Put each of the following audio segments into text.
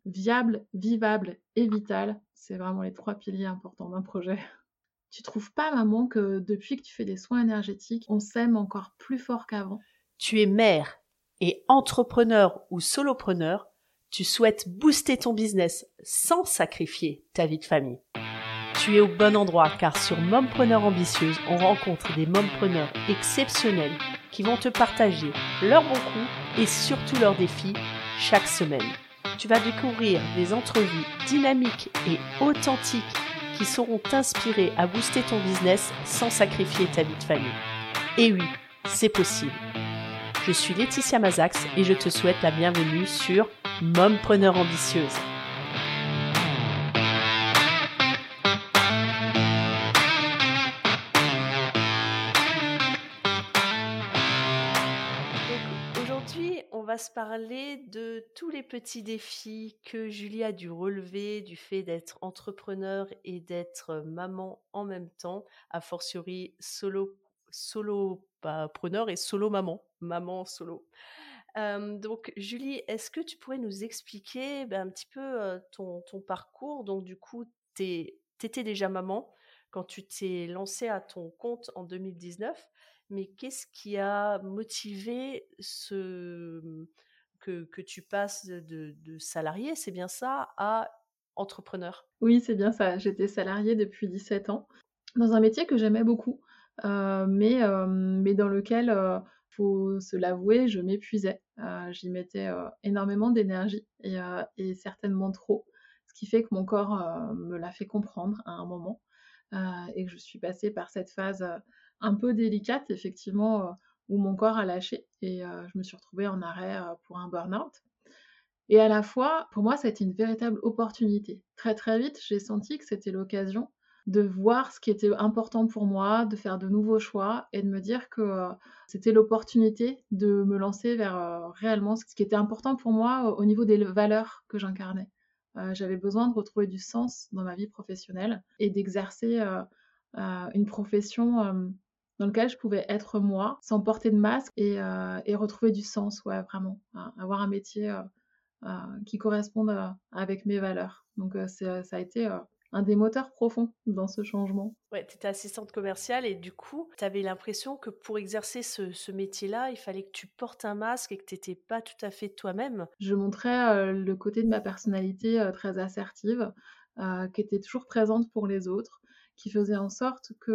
viable, vivable et vital. C'est vraiment les 3 piliers importants d'un projet. Tu trouves pas, maman, que depuis que tu fais des soins énergétiques, on s'aime encore plus fort qu'avant? Tu es mère et entrepreneur ou solopreneur, tu souhaites booster ton business sans sacrifier ta vie de famille. Tu es au bon endroit car sur Mompreneur Ambitieuse, on rencontre des mompreneurs exceptionnels qui vont te partager leurs bons coups et surtout leurs défis chaque semaine. Tu vas découvrir des entrevues dynamiques et authentiques qui sauront t'inspirer à booster ton business sans sacrifier ta vie de famille. Et oui, c'est possible. Je suis Laetitia Mazax et je te souhaite la bienvenue sur Mompreneur Ambitieuse. Donc, aujourd'hui, on va se parler de tous les petits défis que Julie a dû relever du fait d'être entrepreneur et d'être maman en même temps, a fortiori solopreneur et solo maman solo. Donc Julie, est-ce que tu pourrais nous expliquer un petit peu ton parcours? Donc du coup, t'étais déjà maman quand tu t'es lancée à ton compte en 2019, mais qu'est-ce qui a motivé que tu passes de salarié, c'est bien ça, à entrepreneur? Oui, c'est bien ça. J'étais salariée depuis 17 ans, dans un métier que j'aimais beaucoup, mais dans lequel, faut se l'avouer, je m'épuisais. J'y mettais, énormément d'énergie et certainement trop. Ce qui fait que mon corps, me l'a fait comprendre à un moment, et que je suis passée par cette phase, un peu délicate effectivement, où mon corps a lâché et je me suis retrouvée en arrêt, pour un burn-out. Et à la fois, pour moi, ça a été une véritable opportunité. Très, très vite, j'ai senti que c'était l'occasion de voir ce qui était important pour moi, de faire de nouveaux choix et de me dire que, c'était l'opportunité de me lancer vers, réellement ce qui était important pour moi au niveau des valeurs que j'incarnais. J'avais besoin de retrouver du sens dans ma vie professionnelle et d'exercer, une profession, dans lequel je pouvais être moi, sans porter de masque et retrouver du sens, ouais, vraiment. Avoir un métier, qui correspondent, avec mes valeurs. Donc ça a été, un des moteurs profonds dans ce changement. Ouais, tu étais assistante commerciale et du coup, tu avais l'impression que pour exercer ce métier-là, il fallait que tu portes un masque et que tu étais pas tout à fait toi-même? Je montrais, le côté de ma personnalité, très assertive, qui était toujours présente pour les autres, qui faisait en sorte que,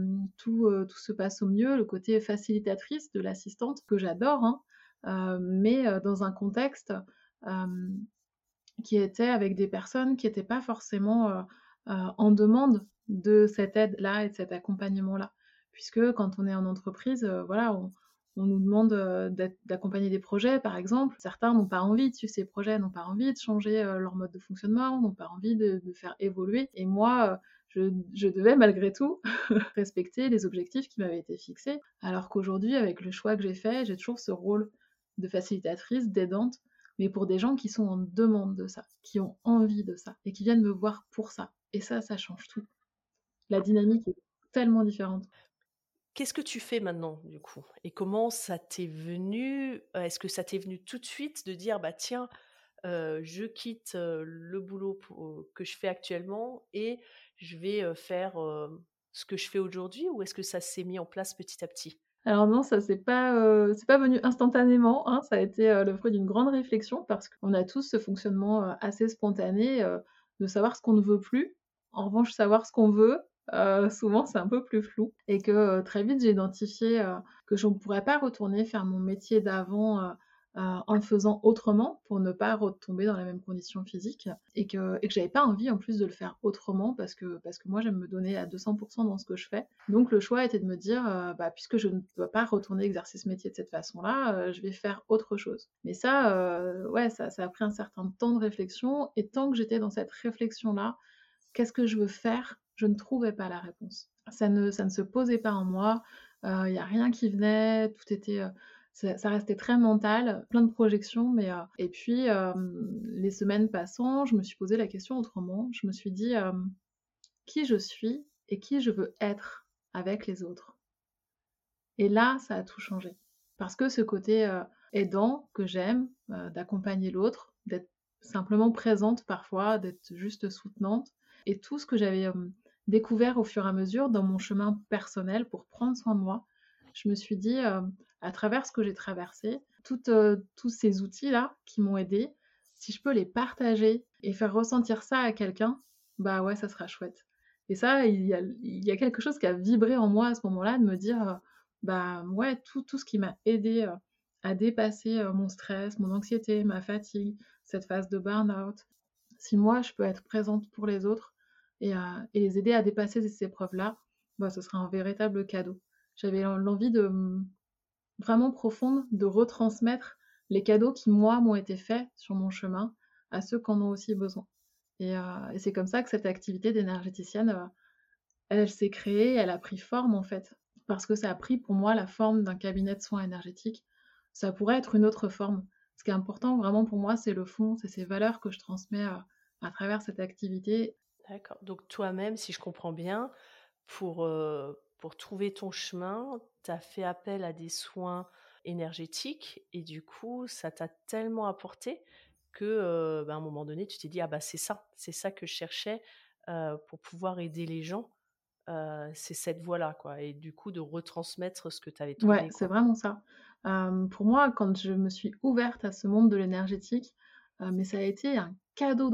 tout se passe au mieux, le côté facilitatrice de l'assistante que j'adore, hein, mais dans un contexte, hem qui étaient avec des personnes qui étaient pas forcément, en demande de cette aide-là et de cet accompagnement-là. Puisque quand on est en entreprise, voilà, on nous demande, d'accompagner des projets, par exemple. Certains n'ont pas envie de suivre ces projets, n'ont pas envie de changer, leur mode de fonctionnement, n'ont pas envie de faire évoluer et moi, je devais malgré tout respecter les objectifs qui m'avaient été fixés. Alors qu'aujourd'hui, avec le choix que j'ai fait, j'ai toujours ce rôle de facilitatrice, d'aidante, mais pour des gens qui sont en demande de ça, qui ont envie de ça et qui viennent me voir pour ça. Et ça change tout. La dynamique est tellement différente. Qu'est-ce que tu fais maintenant, du coup? Et comment ça t'est venu? Est-ce que ça t'est venu tout de suite de dire: «Bah, tiens, je quitte, le boulot que je fais actuellement et je vais, faire, ce que je fais aujourd'hui» ou est-ce que ça s'est mis en place petit à petit? Alors non, ça c'est pas venu instantanément, hein, ça a été, le fruit d'une grande réflexion parce qu'on a tous ce fonctionnement, assez spontané, de savoir ce qu'on ne veut plus. En revanche, savoir ce qu'on veut, souvent c'est un peu plus flou et que, très vite j'ai identifié, que je ne pourrais pas retourner faire mon métier d'avant, en le faisant autrement pour ne pas retomber dans les mêmes conditions physiques et que j'avais pas envie en plus de le faire autrement parce que moi j'aime me donner à 200 dans ce que je fais. Donc le choix était de me dire, bah, puisque je ne peux pas retourner exercer ce métier de cette façon-là, je vais faire autre chose. Mais ça, ouais, ça a pris un certain temps de réflexion et tant que j'étais dans cette réflexion-là, qu'est-ce que je veux faire? Je ne trouvais pas la réponse. Ça ne se posait pas en moi, il y a rien qui venait, tout était, ça restait très mental, plein de projections, mais et puis, les semaines passant, je me suis posé la question autrement. Je me suis dit, «Qui je suis et qui je veux être avec les autres?» Et là, ça a tout changé. Parce que ce côté, aidant que j'aime, d'accompagner l'autre, d'être simplement présente parfois, d'être juste soutenante. Et tout ce que j'avais découvert au fur et à mesure dans mon chemin personnel pour prendre soin de moi, je me suis dit, à travers ce que j'ai traversé, tous ces outils-là qui m'ont aidée, si je peux les partager et faire ressentir ça à quelqu'un, bah ouais, ça sera chouette. Et ça, il y a quelque chose qui a vibré en moi à ce moment-là, de me dire, bah ouais, tout ce qui m'a aidée à dépasser mon stress, mon anxiété, ma fatigue, cette phase de burn-out. Si moi, je peux être présente pour les autres et les aider à dépasser ces épreuves-là, bah, ce sera un véritable cadeau. J'avais l'envie vraiment profonde de retransmettre les cadeaux qui, moi, m'ont été faits sur mon chemin à ceux qui en ont aussi besoin. Et c'est comme ça que cette activité d'énergéticienne, elle s'est créée, elle a pris forme en fait. Parce que ça a pris pour moi la forme d'un cabinet de soins énergétiques. Ça pourrait être une autre forme. Ce qui est important vraiment pour moi, c'est le fond, c'est ces valeurs que je transmets à travers cette activité. D'accord. Donc toi-même, si je comprends bien, pour trouver ton chemin, tu as fait appel à des soins énergétiques et du coup, ça t'a tellement apporté que, à un moment donné, tu t'es dit: «Ah bah, c'est ça que je cherchais, pour pouvoir aider les gens, c'est cette voie-là, quoi» et du coup, de retransmettre ce que tu avais Ouais, trouvé, c'est quoi. vraiment ça. Pour moi, quand je me suis ouverte à ce monde de l'énergétique, mais ça a été un cadeau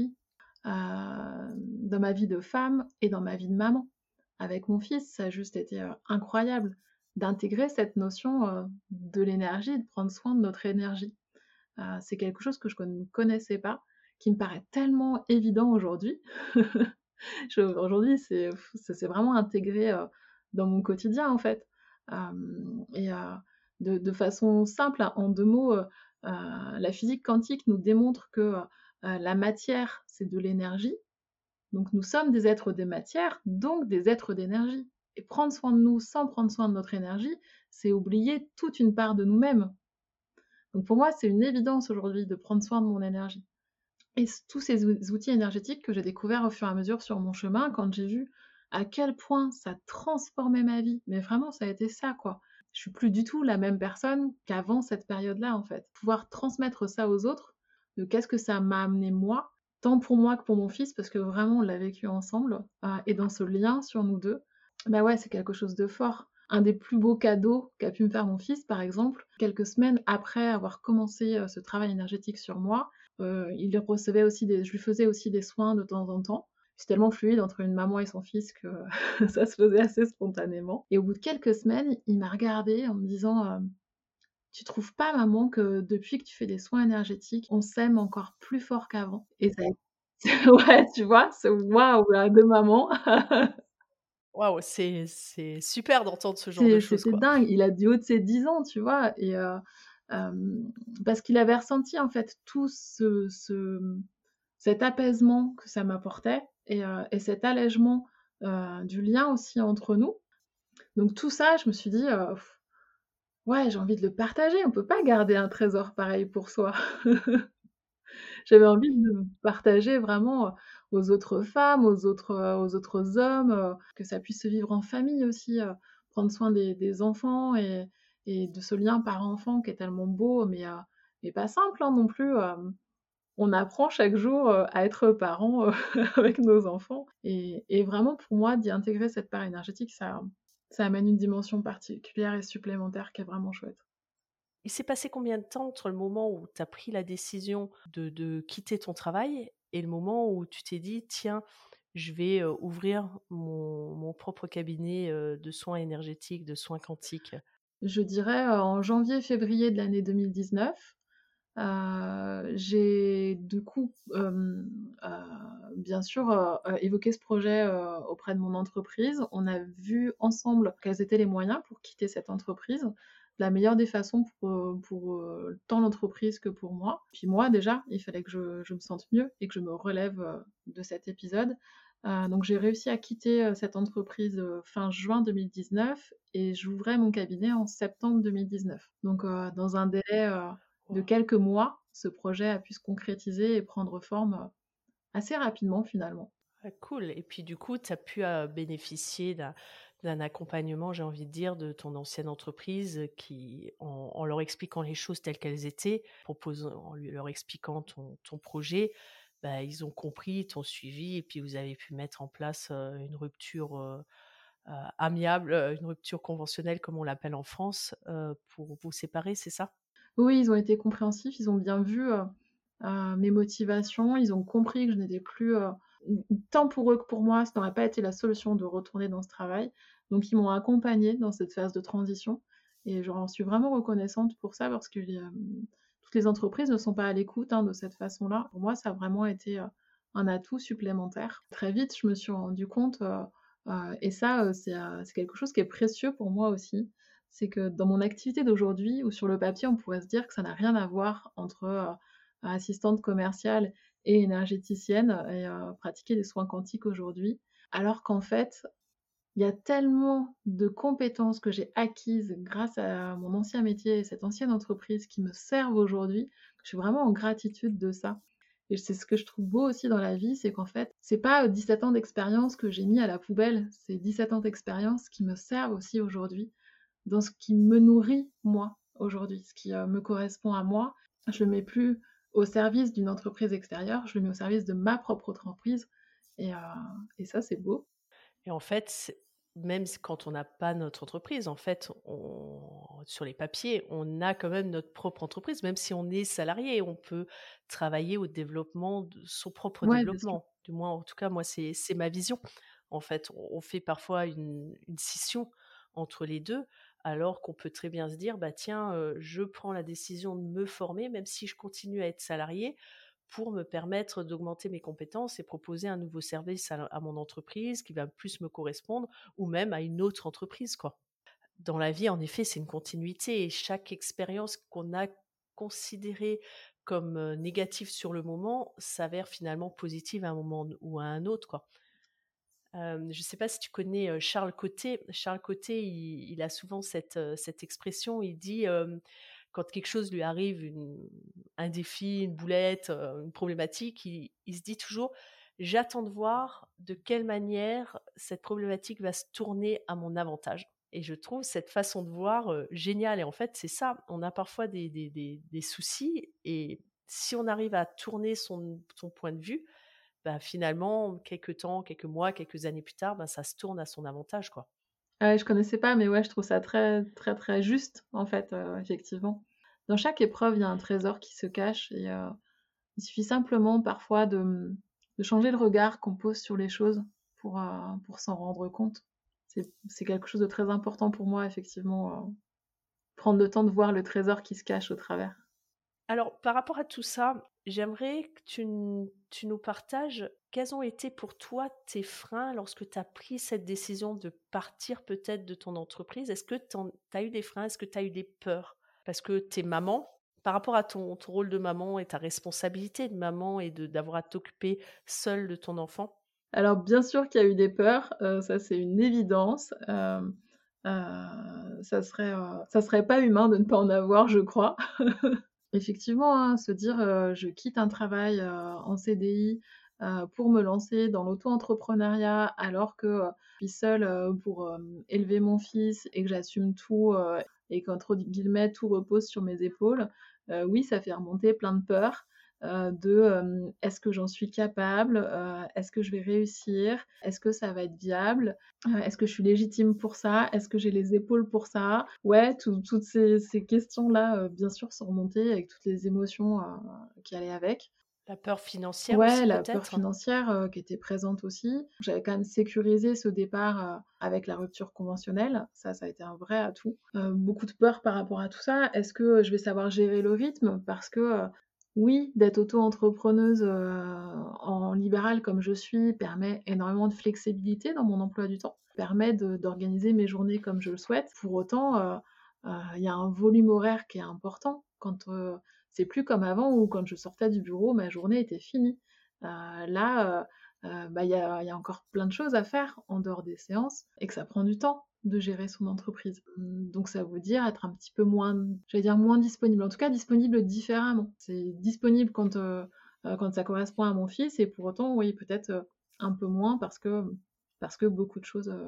dans ma vie de femme et dans ma vie de maman. Avec mon fils, ça a juste été, incroyable d'intégrer cette notion, de l'énergie, de prendre soin de notre énergie. C'est quelque chose que je ne connaissais pas, qui me paraît tellement évident aujourd'hui. Aujourd'hui, ça s'est vraiment intégré dans mon quotidien, en fait. De façon simple, hein, en 2 mots, la physique quantique nous démontre que la matière, c'est de l'énergie. Donc nous sommes des êtres de matière, donc des êtres d'énergie. Et prendre soin de nous sans prendre soin de notre énergie, c'est oublier toute une part de nous-mêmes. Donc pour moi, c'est une évidence aujourd'hui de prendre soin de mon énergie. Et tous ces outils énergétiques que j'ai découverts au fur et à mesure sur mon chemin, quand j'ai vu à quel point ça transformait ma vie, mais vraiment ça a été ça quoi. Je suis plus du tout la même personne qu'avant cette période-là en fait. Pouvoir transmettre ça aux autres, de qu'est-ce que ça m'a amené moi, tant pour moi que pour mon fils, parce que vraiment on l'a vécu ensemble, et dans ce lien sur nous deux, bah ouais, c'est quelque chose de fort. Un des plus beaux cadeaux qu'a pu me faire mon fils, par exemple, quelques semaines après avoir commencé ce travail énergétique sur moi, il recevait aussi je lui faisais aussi des soins de temps en temps. C'est tellement fluide entre une maman et son fils que ça se faisait assez spontanément. Et au bout de quelques semaines, il m'a regardée en me disant tu trouves pas, maman, que depuis que tu fais des soins énergétiques, on s'aime encore plus fort qu'avant? Et ça a ouais, tu vois, ce waouh là de maman. Waouh, c'est super d'entendre ce genre de choses, C'était quoi. dingue. Il a du haut de ses 10 ans, tu vois? Parce qu'il avait ressenti, en fait, tout cet apaisement que ça m'apportait et cet allègement, du lien aussi entre nous. Donc tout ça, je me suis dit: «Ouais, j'ai envie de le partager. On peut pas garder un trésor pareil pour soi». J'avais envie de le partager vraiment, aux autres femmes, aux autres hommes, que ça puisse se vivre en famille aussi, prendre soin des enfants et de ce lien parent-enfant qui est tellement beau, mais pas simple, hein, non plus, on apprend chaque jour, à être parent, avec nos enfants et vraiment pour moi d'y intégrer cette part énergétique, ça amène une dimension particulière et supplémentaire qui est vraiment chouette. Il s'est passé combien de temps entre le moment où tu as pris la décision de quitter ton travail et le moment où tu t'es dit: «Tiens, je vais, ouvrir mon propre cabinet, de soins énergétiques, de soins quantiques»? Je dirais, en janvier-février de l'année 2019. J'ai du coup, bien sûr, évoqué ce projet, auprès de mon entreprise. On a vu ensemble quels étaient les moyens pour quitter cette entreprise. La meilleure des façons pour tant l'entreprise que pour moi. Puis moi déjà, il fallait que je me sente mieux et que je me relève, de cet épisode. Donc j'ai réussi à quitter, cette entreprise, fin juin 2019 et j'ouvrais mon cabinet en septembre 2019. Donc dans un délai, de Waouh! quelques mois, ce projet a pu se concrétiser et prendre forme, assez rapidement finalement. Ah cool et puis du coup, tu as pu, bénéficier d'un accompagnement, j'ai envie de dire, de ton ancienne entreprise qui, en leur expliquant les choses telles qu'elles étaient, leur expliquant ton projet, bah, ils ont compris, t'ont suivi et puis vous avez pu mettre en place, une rupture, amiable, une rupture conventionnelle comme on l'appelle en France, pour vous séparer, c'est ça? Oui, ils ont été compréhensifs, ils ont bien vu, mes motivations, ils ont compris que je n'étais plus, tant pour eux que pour moi, ça n'aurait pas été la solution de retourner dans ce travail. Donc ils m'ont accompagnée dans cette phase de transition et je leur suis vraiment reconnaissante pour ça parce que toutes les entreprises ne sont pas à l'écoute, hein, de cette façon-là. Pour moi, ça a vraiment été, un atout supplémentaire. Très vite, je me suis rendu compte, et ça, c'est quelque chose qui est précieux pour moi aussi, c'est que dans mon activité d'aujourd'hui, où sur le papier, on pourrait se dire que ça n'a rien à voir entre, assistante commerciale et énergéticienne et pratiquer des soins quantiques aujourd'hui. Alors qu'en fait, il y a tellement de compétences que j'ai acquises grâce à mon ancien métier et cette ancienne entreprise qui me servent aujourd'hui, que je suis vraiment en gratitude de ça. Et c'est ce que je trouve beau aussi dans la vie, c'est qu'en fait, c'est pas 17 ans d'expérience que j'ai mis à la poubelle, c'est 17 ans d'expérience qui me servent aussi aujourd'hui dans ce qui me nourrit moi aujourd'hui, ce qui me correspond à moi. Je le mets plus au service d'une entreprise extérieure, je le mets au service de ma propre entreprise et, euh, et ça c'est beau. Et en fait, même quand on n'a pas notre entreprise, en fait, sur les papiers, on a quand même notre propre entreprise. Même si on est salarié, on peut travailler au développement de son propre Ouais, bien sûr. développement. Du moins, en tout cas, moi, c'est ma vision. En fait, on fait parfois une scission entre les deux, alors qu'on peut très bien se dire, bah tiens, je prends la décision de me former, même si je continue à être salarié, pour me permettre d'augmenter mes compétences et proposer un nouveau service à mon entreprise qui va plus me correspondre ou même à une autre entreprise, quoi. Dans la vie, en effet, c'est une continuité et chaque expérience qu'on a considérée comme négative sur le moment s'avère finalement positive à un moment ou à un autre, quoi. Je ne sais pas si tu connais Charles Côté. Charles Côté, il a souvent cette expression. Il dit quand quelque chose lui arrive, un défi, une boulette, une problématique, il se dit toujours j'attends de voir de quelle manière cette problématique va se tourner à mon avantage. Et je trouve cette façon de voir géniale. Et en fait, c'est ça. On a parfois des soucis. Et si on arrive à tourner son point de vue, bah, finalement, quelques temps, quelques mois, quelques années plus tard, bah, ça se tourne à son avantage, quoi. Ah ouais, je connaissais pas, mais ouais, je trouve ça très, très, très juste, en fait, effectivement. Dans chaque épreuve, il y a un trésor qui se cache et il suffit simplement parfois de changer le regard qu'on pose sur les choses pour s'en rendre compte. C'est quelque chose de très important pour moi, effectivement, prendre le temps de voir le trésor qui se cache au travers. Alors, par rapport à tout ça, j'aimerais que tu nous partages quels ont été pour toi tes freins lorsque tu as pris cette décision de partir peut-être de ton entreprise. Est-ce que tu as eu des freins? Est-ce que tu as eu des peurs? Parce que tu es maman, par rapport à ton rôle de maman et ta responsabilité de maman et d'avoir à t'occuper seule de ton enfant. Alors bien sûr qu'il y a eu des peurs, ça c'est une évidence, ça serait pas humain de ne pas en avoir, je crois. Effectivement, hein, se dire, je quitte un travail, en CDI, pour me lancer dans l'auto-entrepreneuriat alors que, je suis seule, pour, élever mon fils et que j'assume tout, et qu'entre guillemets «tout repose sur mes épaules». Oui, ça fait remonter plein de peurs, «Est-ce que j'en suis capable? Est-ce que je vais réussir? Est-ce que ça va être viable? Est-ce que je suis légitime pour ça? Est-ce que j'ai les épaules pour ça?» Ouais, toutes ces questions-là, bien sûr, sont remontées avec toutes les émotions, qui allaient avec. La peur financière Ouais, aussi la peur peut-être? financière, qui était présente aussi. J'avais quand même sécurisé ce départ, avec la rupture conventionnelle. Ça a été un vrai atout. Beaucoup de peur par rapport à tout ça. Est-ce que je vais savoir gérer le rythme? Parce que, oui, d'être auto-entrepreneuse, en libéral comme je suis permet énormément de flexibilité dans mon emploi du temps. Permet d'organiser mes journées comme je le souhaite. Pour autant, il y a un volume horaire qui est important quand, c'est plus comme avant où quand je sortais du bureau, ma journée était finie. Là, bah, il y a encore plein de choses à faire en dehors des séances et que ça prend du temps de gérer son entreprise. Donc ça veut dire être un petit peu moins, j'allais dire moins disponible, en tout cas disponible différemment. C'est disponible quand ça correspond à mon fils et pour autant, oui, peut-être, un peu moins parce que beaucoup de choses,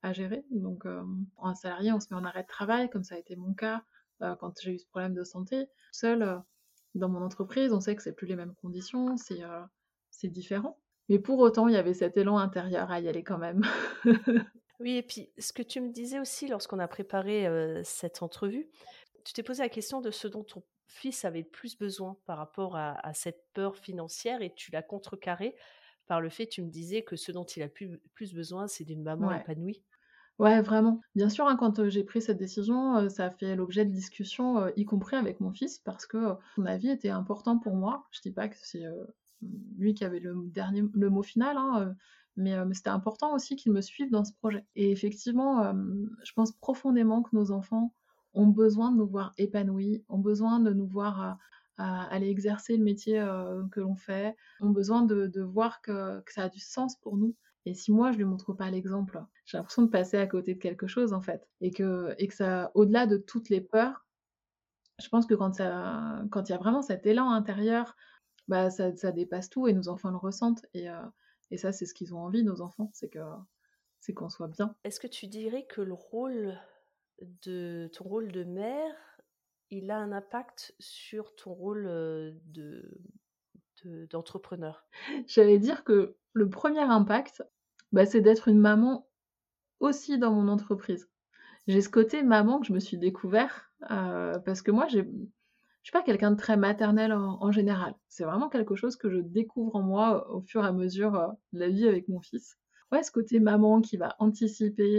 à gérer. Donc, un salarié, on se met en arrêt de travail, comme ça a été mon cas, quand j'ai eu ce problème de santé. Seule, dans mon entreprise, on sait que c'est plus les mêmes conditions, c'est différent. Mais pour autant, il y avait cet élan intérieur à y aller quand même. Oui, et puis ce que tu me disais aussi lorsqu'on a préparé cette entrevue, tu t'es posé la question de ce dont ton fils avait le plus besoin par rapport à cette peur financière et tu l'as contrecarré par le fait, tu me disais que ce dont il a plus besoin, c'est d'une maman Ouais. épanouie. Ouais, vraiment. Bien sûr, hein, quand, j'ai pris cette décision, ça a fait l'objet de discussions, y compris avec mon fils parce que, son avis était important pour moi. Je dis pas que c'est, lui qui avait le mot final, hein, mais c'était important aussi qu'il me suive dans ce projet et effectivement, je pense profondément que nos enfants ont besoin de nous voir épanouis, ont besoin de nous voir, aller exercer le métier, que l'on fait, ont besoin de voir que ça a du sens pour nous et si moi je lui montre pas l'exemple, j'ai l'impression de passer à côté de quelque chose en fait. Et que ça, au-delà de toutes les peurs, je pense que quand il y a vraiment cet élan intérieur, bah ça dépasse tout et nos enfants le ressentent. Et ça, c'est ce qu'ils ont envie, nos enfants, c'est qu'on soit bien. Est-ce que tu dirais que ton rôle de mère, il a un impact sur ton rôle d'entrepreneur? J'allais dire que le premier impact, bah, c'est d'être une maman aussi dans mon entreprise. J'ai ce côté maman que je me suis découvert, parce que moi je suis pas quelqu'un de très maternel en général. C'est vraiment quelque chose que je découvre en moi au fur et à mesure, de la vie avec mon fils. Ouais, ce côté maman qui va anticiper,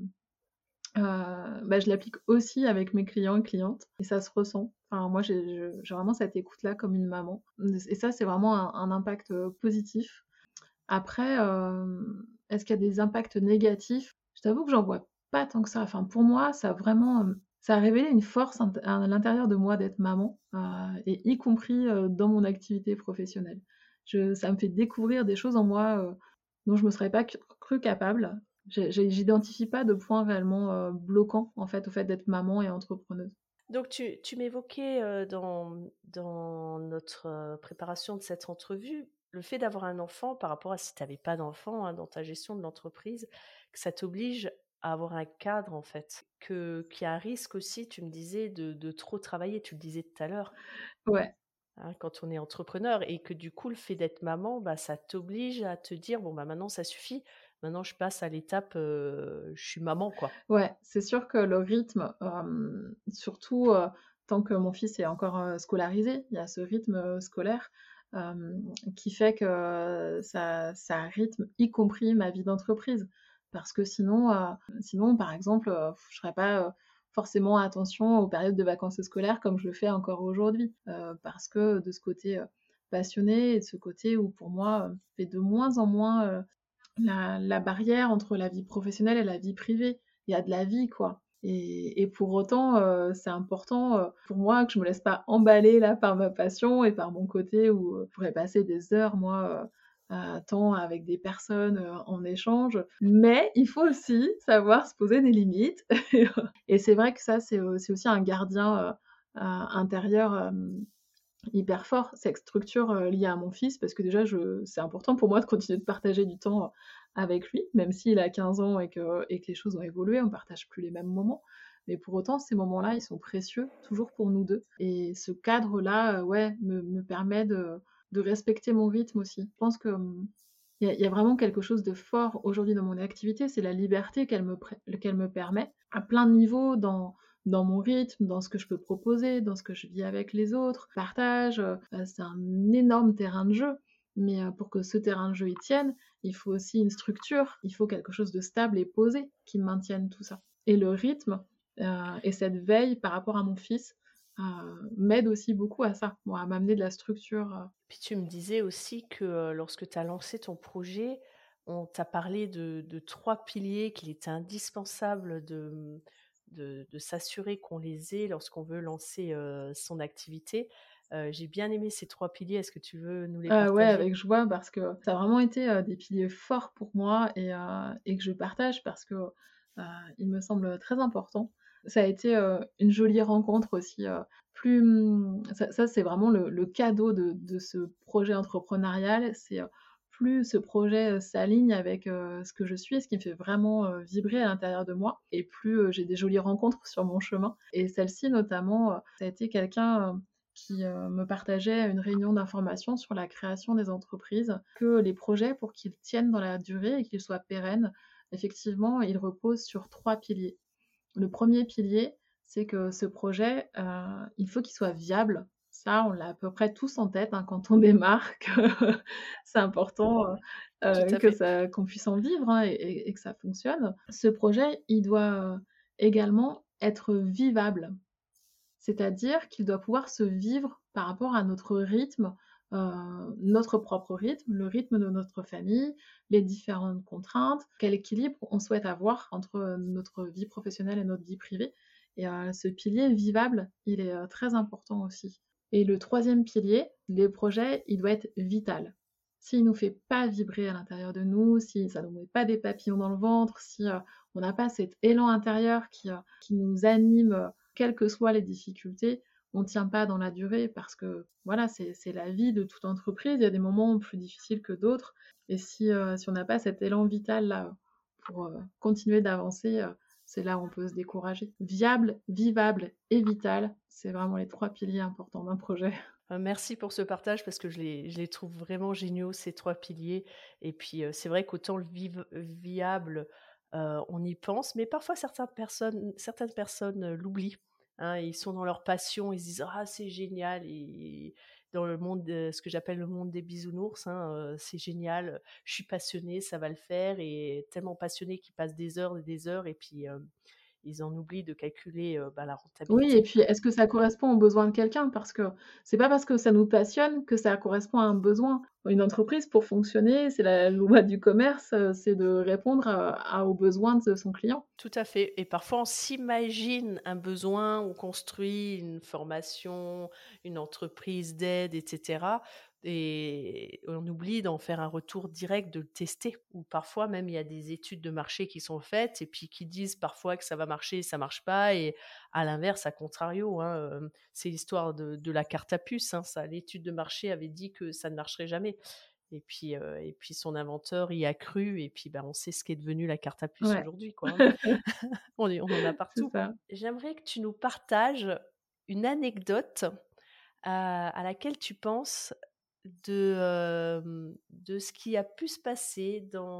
bah, je l'applique aussi avec mes clients et clientes et ça se ressent. Enfin, moi, j'ai vraiment cette écoute-là comme une maman et ça, c'est vraiment un impact, positif. Après, est-ce qu'il y a des impacts négatifs? Je t'avoue que j'en vois pas tant que ça. Enfin, pour moi, ça a révélé une force à l'intérieur de moi d'être maman, et y compris, dans mon activité professionnelle. Ça me fait découvrir des choses en moi, dont je me serais pas cru capable. J'identifie pas de points réellement, bloquants, en fait, au fait d'être maman et entrepreneuse. Donc tu m'évoquais, dans notre, préparation de cette entrevue, le fait d'avoir un enfant par rapport à si tu avais pas d'enfant, hein, dans ta gestion de l'entreprise, que ça t'oblige à avoir un cadre en fait, qu'il y a un risque aussi, tu me disais, de trop travailler, tu le disais tout à l'heure, Ouais. hein, quand on est entrepreneur et que du coup le fait d'être maman, bah, ça t'oblige à te dire: «Bon, bah, maintenant ça suffit, maintenant je passe à l'étape, je suis maman quoi». Ouais, c'est sûr que le rythme, surtout, tant que mon fils est encore, scolarisé, il y a ce rythme, scolaire, qui fait que ça rythme y compris ma vie d'entreprise. Parce que sinon par exemple, je ferais pas, forcément attention aux périodes de vacances scolaires comme je le fais encore aujourd'hui. Parce que de ce côté, passionné et de ce côté où pour moi, fait de moins en moins, la barrière entre la vie professionnelle et la vie privée. Il y a de la vie, quoi. Et pour autant, c'est important, pour moi que je me laisse pas emballer là par ma passion et par mon côté où, je pourrais passer des heures moi, à temps avec des personnes, en échange. Mais il faut aussi savoir se poser des limites et c'est vrai que ça, c'est aussi un gardien, intérieur, hyper fort, cette structure, liée à mon fils parce que déjà c'est important pour moi de continuer de partager du temps, avec lui, même s'il a 15 ans et que les choses ont évolué, on partage plus les mêmes moments. Mais pour autant, ces moments-là, ils sont précieux, toujours pour nous 2. Et ce cadre-là, ouais, me permet de respecter mon rythme aussi. Je pense que, il y a vraiment quelque chose de fort aujourd'hui dans mon activité, c'est la liberté qu'elle me permet à plein de niveaux dans mon rythme, dans ce que je peux proposer, dans ce que je vis avec les autres. Partage, c'est un énorme terrain de jeu, mais pour que ce terrain de jeu y tienne, il faut aussi une structure, il faut quelque chose de stable et posé qui maintienne tout ça. Et le rythme, et cette veille par rapport à mon fils, m'aide aussi beaucoup à ça, moi, à m'amener de la structure, Puis tu me disais aussi que, lorsque tu as lancé ton projet, on t'a parlé de 3 piliers qu'il était indispensable de s'assurer qu'on les ait lorsqu'on veut lancer, son activité. J'ai bien aimé ces 3 piliers, est-ce que tu veux nous les Ouais, partager? avec joie parce que ça a vraiment été, des piliers forts pour moi et que je partage parce que, il me semble très important. Ça a été, une jolie rencontre aussi, ça c'est vraiment le cadeau de ce projet entrepreneurial, c'est, plus ce projet s'aligne avec ce que je suis, ce qui me fait vraiment vibrer à l'intérieur de moi, et plus j'ai des jolies rencontres sur mon chemin. Et celle-ci notamment, ça a été quelqu'un qui me partageait à une réunion d'information sur la création des entreprises, que les projets, pour qu'ils tiennent dans la durée et qu'ils soient pérennes, effectivement, ils reposent sur 3 piliers. Le premier pilier, c'est que ce projet, il faut qu'il soit viable. Ça, on l'a à peu près tous en tête, hein, quand on démarre, que c'est important, Tout à que fait. ça qu'on puisse en vivre, hein, et que ça fonctionne. Ce projet, il doit, également être vivable. C'est-à-dire qu'il doit pouvoir se vivre par rapport à notre rythme, notre propre rythme, le rythme de notre famille, les différentes contraintes, quel équilibre on souhaite avoir entre notre vie professionnelle et notre vie privée. Et ce pilier vivable, il est très important aussi. Et le troisième pilier, les projets, il doit être vital. S'il ne nous fait pas vibrer à l'intérieur de nous, si ça ne nous met pas des papillons dans le ventre, si on n'a pas cet élan intérieur qui nous anime, quelles que soient les difficultés, on ne tient pas dans la durée, parce que voilà, c'est la vie de toute entreprise. Il y a des moments plus difficiles que d'autres. Et si on n'a pas cet élan vital là pour continuer d'avancer, c'est là où on peut se décourager. Viable, vivable et vital, c'est vraiment les 3 piliers importants d'un projet. Merci pour ce partage parce que je les trouve vraiment géniaux, ces 3 piliers. Et puis, c'est vrai qu'autant le viable, on y pense, mais parfois certaines personnes l'oublient, hein. Ils sont dans leur passion, ils se disent: «Ah, c'est génial!» et dans le monde, ce que j'appelle le monde des bisounours, hein, c'est génial, je suis passionné, ça va le faire, et tellement passionné qu'ils passent des heures et puis, ils en oublient de calculer, la Oui, et rentabilité. puis est-ce que ça correspond aux besoins de quelqu'un? Parce que c'est pas parce que ça nous passionne que ça correspond à un besoin. Une entreprise, pour fonctionner, c'est la loi du commerce, c'est de répondre aux besoins de son client. Tout à fait, et parfois on s'imagine un besoin, on construit une formation, une entreprise d'aide, et cetera, et on oublie d'en faire un retour direct, de le tester. Ou parfois même il y a des études de marché qui sont faites et puis qui disent parfois que ça va marcher, ça marche pas, et à l'inverse, à contrario, hein, c'est l'histoire de la carte à puce, hein, ça. L'étude de marché avait dit que ça ne marcherait jamais. Et puis son inventeur y a cru, et puis, on sait ce qu'est devenu la carte à puce Ouais, aujourd'hui, quoi, hein. On en a c'est partout. ça. J'aimerais que tu nous partages une anecdote, à laquelle tu penses de ce qui a pu se passer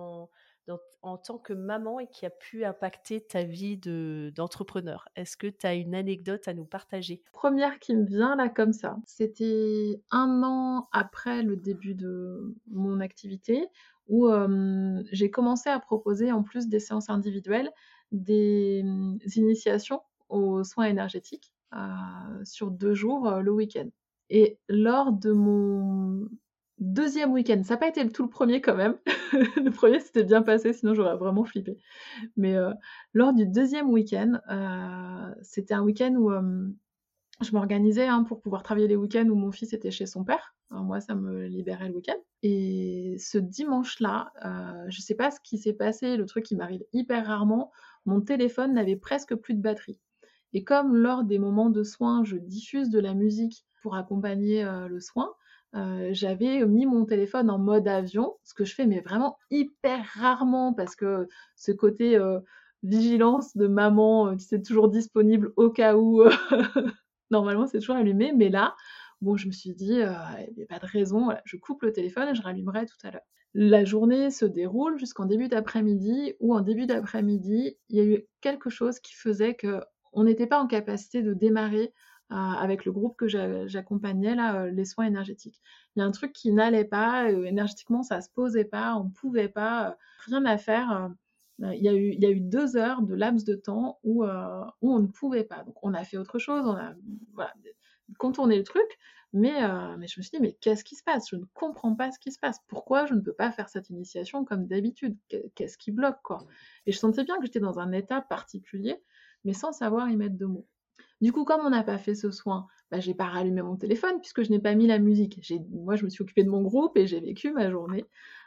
en tant que maman et qui a pu impacter ta vie d'entrepreneur. Est-ce que tu as une anecdote à nous partager? Première qui me vient là comme ça, c'était 1 an après le début de mon activité où, j'ai commencé à proposer, en plus des séances individuelles, des, initiations aux soins énergétiques, sur 2 jours, le week-end. Et lors de mon deuxième week-end, ça n'a pas été tout le premier quand même, le premier s'était bien passé, sinon j'aurais vraiment flippé. Mais, lors du deuxième week-end, c'était un week-end où, je m'organisais, hein, pour pouvoir travailler les week-ends où mon fils était chez son père. Alors moi, ça me libérait le week-end. Et ce dimanche-là, je sais pas ce qui s'est passé, le truc qui m'arrive hyper rarement, mon téléphone n'avait presque plus de batterie. Et comme lors des moments de soins, je diffuse de la musique pour accompagner, le soin, j'avais mis mon téléphone en mode avion, ce que je fais mais vraiment hyper rarement, parce que ce côté, vigilance de maman, tu sais, toujours disponible au cas où, normalement, c'est toujours allumé, mais là, bon, je me suis dit, «Il y a pas de raison, voilà, je coupe le téléphone et je rallumerai tout à l'heure». La journée se déroule jusqu'en début d'après-midi, où en début d'après-midi, il y a eu quelque chose qui faisait qu'on n'était pas en capacité de démarrer, avec le groupe que j'accompagnais là, les soins énergétiques. Il y a un truc qui n'allait pas, énergétiquement, ça se posait pas, on pouvait pas, rien à faire, il y a eu 2 heures de laps de temps où on ne pouvait pas. Donc on a fait autre chose, on a voilà, contourné le truc, mais je me suis dit: «Mais qu'est-ce qui se passe? Je ne comprends pas ce qui se passe. Pourquoi je ne peux pas faire cette initiation comme d'habitude? Qu'est-ce qui bloque, quoi?» Et je sentais bien que j'étais dans un état particulier, mais sans savoir y mettre de mots. Du coup, comme on n'a pas fait ce soin, j'ai pas rallumé mon téléphone puisque je n'ai pas mis la musique. Moi, je me suis occupée de mon groupe et j'ai vécu ma journée.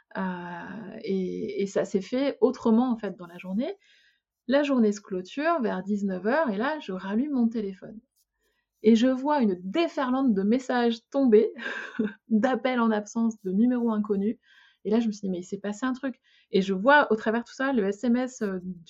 Et ça s'est fait autrement, en fait, dans la journée. La journée se clôture vers 19h et là, je rallume mon téléphone et je vois une déferlante de messages tomber, d'appels en absence, de numéros inconnus. Et là, je me suis dit: «Mais il s'est passé un truc» et je vois au travers de tout ça le SMS,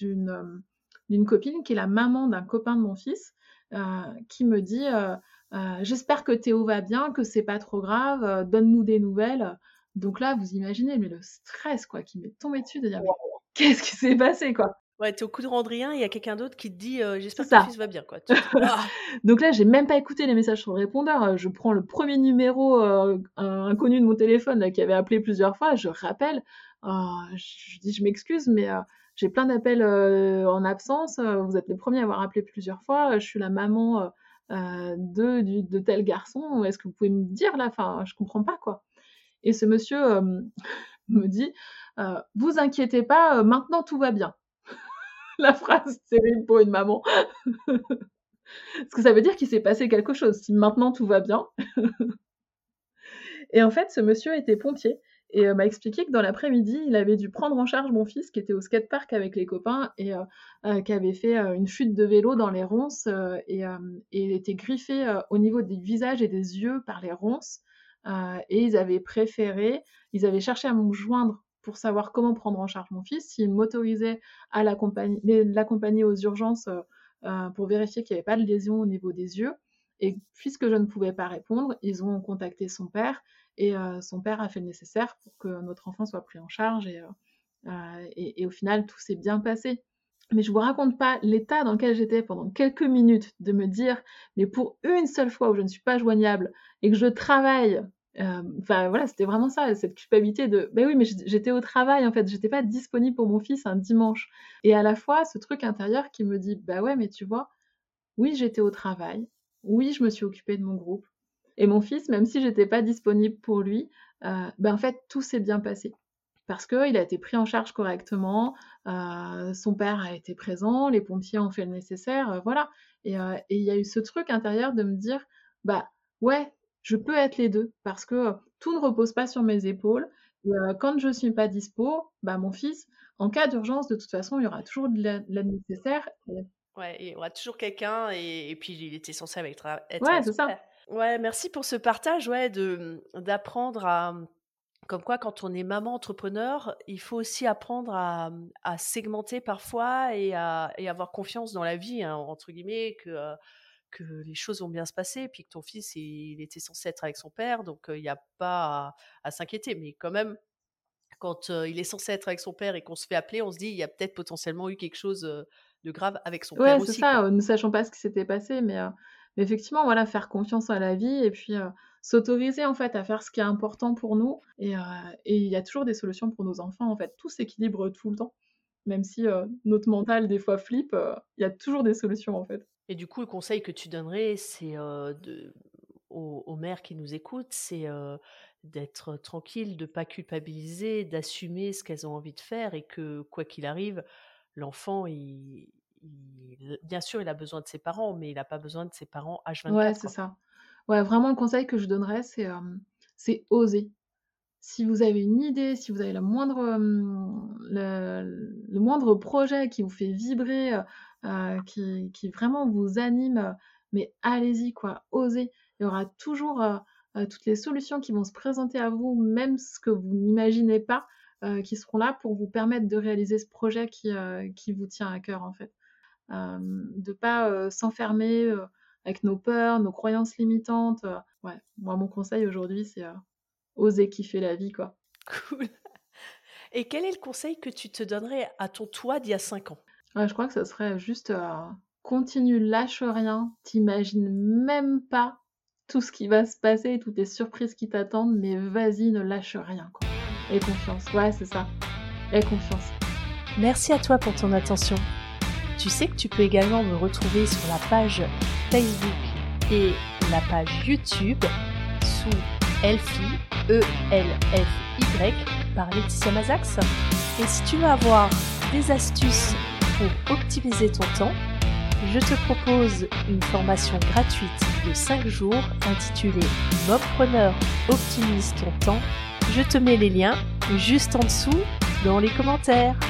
d'une copine qui est la maman d'un copain de mon fils, heu, qui me dit, «J'espère que Théo va bien, que c'est pas trop grave, donne-nous des nouvelles». Donc là, vous imaginez, mais le stress quoi, qui m'est tombé dessus de dire: «Mais qu'est-ce qui s'est passé quoi?» Ouais, tu es au coup de Randrien et il y a quelqu'un d'autre qui te dit C'est j'espère que ton ça. fils va bien, quoi. Tu te dis, ah. Donc là, j'ai même pas écouté les messages sur le répondeur, je prends le premier numéro, inconnu de mon téléphone là, qui avait appelé plusieurs fois, je rappelle, je dis: «Je m'excuse, mais j'ai plein d'appels, en absence, vous êtes les premiers à avoir appelé plusieurs fois, je suis la maman, de tel garçon, est-ce que vous pouvez me dire là? Enfin, je comprends pas quoi». Et ce monsieur, me dit: «Vous inquiétez pas, maintenant tout va bien». La phrase terrible pour une maman. Parce que ça veut dire qu'il s'est passé quelque chose, si maintenant tout va bien. Et en fait, ce monsieur était pompier et m'a expliqué que dans l'après-midi, il avait dû prendre en charge mon fils qui était au skatepark avec les copains et qui avait fait, une chute de vélo dans les ronces, et était griffé, au niveau des visages et des yeux par les ronces, et ils avaient cherché à me joindre pour savoir comment prendre en charge mon fils, s'ils m'autorisaient à l'accompagner aux urgences, pour vérifier qu'il y avait pas de lésion au niveau des yeux. Et puisque je ne pouvais pas répondre, ils ont contacté son père et son père a fait le nécessaire pour que notre enfant soit pris en charge et au final, tout s'est bien passé. Mais je vous raconte pas l'état dans lequel j'étais pendant quelques minutes de me dire: «Mais pour une seule fois où je ne suis pas joignable et que je travaille», enfin voilà, c'était vraiment ça, cette culpabilité de: «Beh oui, mais j'étais au travail en fait, j'étais pas disponible pour mon fils un dimanche» et à la fois ce truc intérieur qui me dit: «Bah ouais, mais tu vois, oui, j'étais au travail. Oui, je me suis occupée de mon groupe et mon fils, même si j'étais pas disponible pour lui, en fait, tout s'est bien passé. Parce qu'il a été pris en charge correctement, son père a été présent, les pompiers ont fait le nécessaire, voilà et il y a eu ce truc intérieur de me dire: «Bah, ouais, je peux être les 2 parce que, tout ne repose pas sur mes épaules et quand je suis pas dispo, bah, mon fils, en cas d'urgence, de toute façon, il y aura toujours de l'aide nécessaire». Et Ouais, et il y aura toujours quelqu'un et puis il était censé être ouais, avec c'est son ça. père. Ouais, merci pour ce partage, ouais, d'apprendre à comme quoi quand on est maman entrepreneur, il faut aussi apprendre à segmenter parfois et avoir confiance dans la vie, hein, entre guillemets, que les choses vont bien se passer, puis que ton fils, il était censé être avec son père, donc il y a pas à s'inquiéter. Mais quand même, quand il est censé être avec son père et qu'on se fait appeler, on se dit il y a peut-être potentiellement eu quelque chose de grave avec son père Ouais, c'est aussi, quoi. ça, ne sachant pas ce qui s'était passé, mais effectivement, voilà, faire confiance à la vie et puis, s'autoriser, en fait, à faire ce qui est important pour nous et il y a toujours des solutions pour nos enfants, en fait. Tout s'équilibre tout le temps. Même si, notre mental, des fois, flippe, il y a toujours des solutions, en fait. Et du coup, le conseil que tu donnerais, c'est aux mères qui nous écoutent, c'est d'être tranquille, de ne pas culpabiliser, d'assumer ce qu'elles ont envie de faire et que, quoi qu'il arrive, l'enfant, bien sûr, il a besoin de ses parents, mais il n'a pas besoin de ses parents Ouais, H24, c'est quoi. ça. Ouais, vraiment, le conseil que je donnerais, c'est oser. Si vous avez une idée, si vous avez le moindre projet qui vous fait vibrer, qui vraiment vous anime, mais allez-y quoi, osez. Il y aura toujours, toutes les solutions qui vont se présenter à vous, même ce que vous n'imaginez pas, qui seront là pour vous permettre de réaliser ce projet qui vous tient à cœur, en fait. De pas, s'enfermer, avec nos peurs, nos croyances limitantes, ouais, moi mon conseil aujourd'hui c'est, oser kiffer la vie, quoi. Cool. Et quel est le conseil que tu te donnerais à ton toi d'il y a 5 ans? Ouais, je crois que ça serait juste, continue, lâche rien, tu même pas tout ce qui va se passer, toutes les surprises qui t'attendent, mais vas-y, ne lâche rien, quoi. Aie confiance, ouais, c'est ça, aie confiance. Merci à toi pour ton attention. Tu sais que tu peux également me retrouver sur la page Facebook et la page YouTube sous Elfie, E-L-F-Y, par Laetitia Mazax. Et si tu veux avoir des astuces pour optimiser ton temps, je te propose une formation gratuite de 5 jours intitulée Mompreneur optimise ton temps. Je te mets les liens juste en dessous dans les commentaires.